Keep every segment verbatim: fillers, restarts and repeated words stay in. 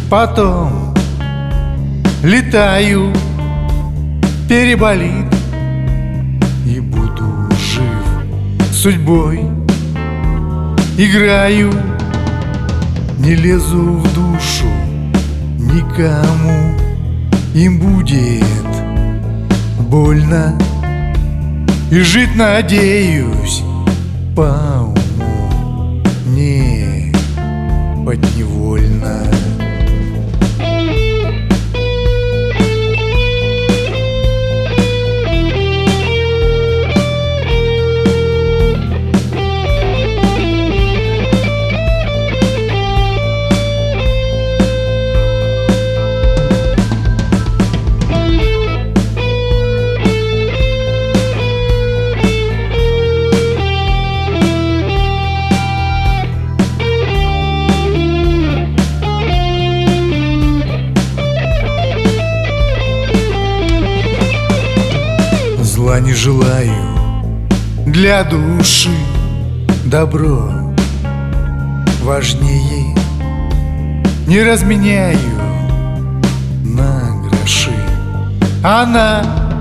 потом летаю, переболит и буду жив судьбой. Играю, не лезу в душу никому, им будет больно, и жить надеюсь по уму, не подневольно. Зла не желаю для души, добро важнее, не разменяю на гроши. Она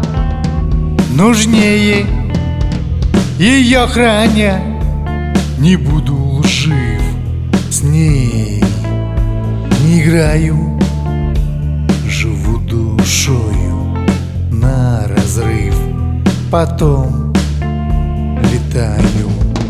нужнее, ее храня, не буду лжив с ней, не играю, живу душою на разрыв, потом летаю,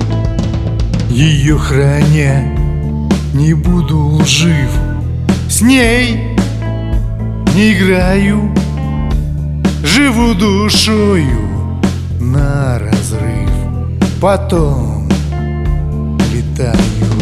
ее храня, не буду лжив с ней, не играю, живу душою на разрыв, потом летаю.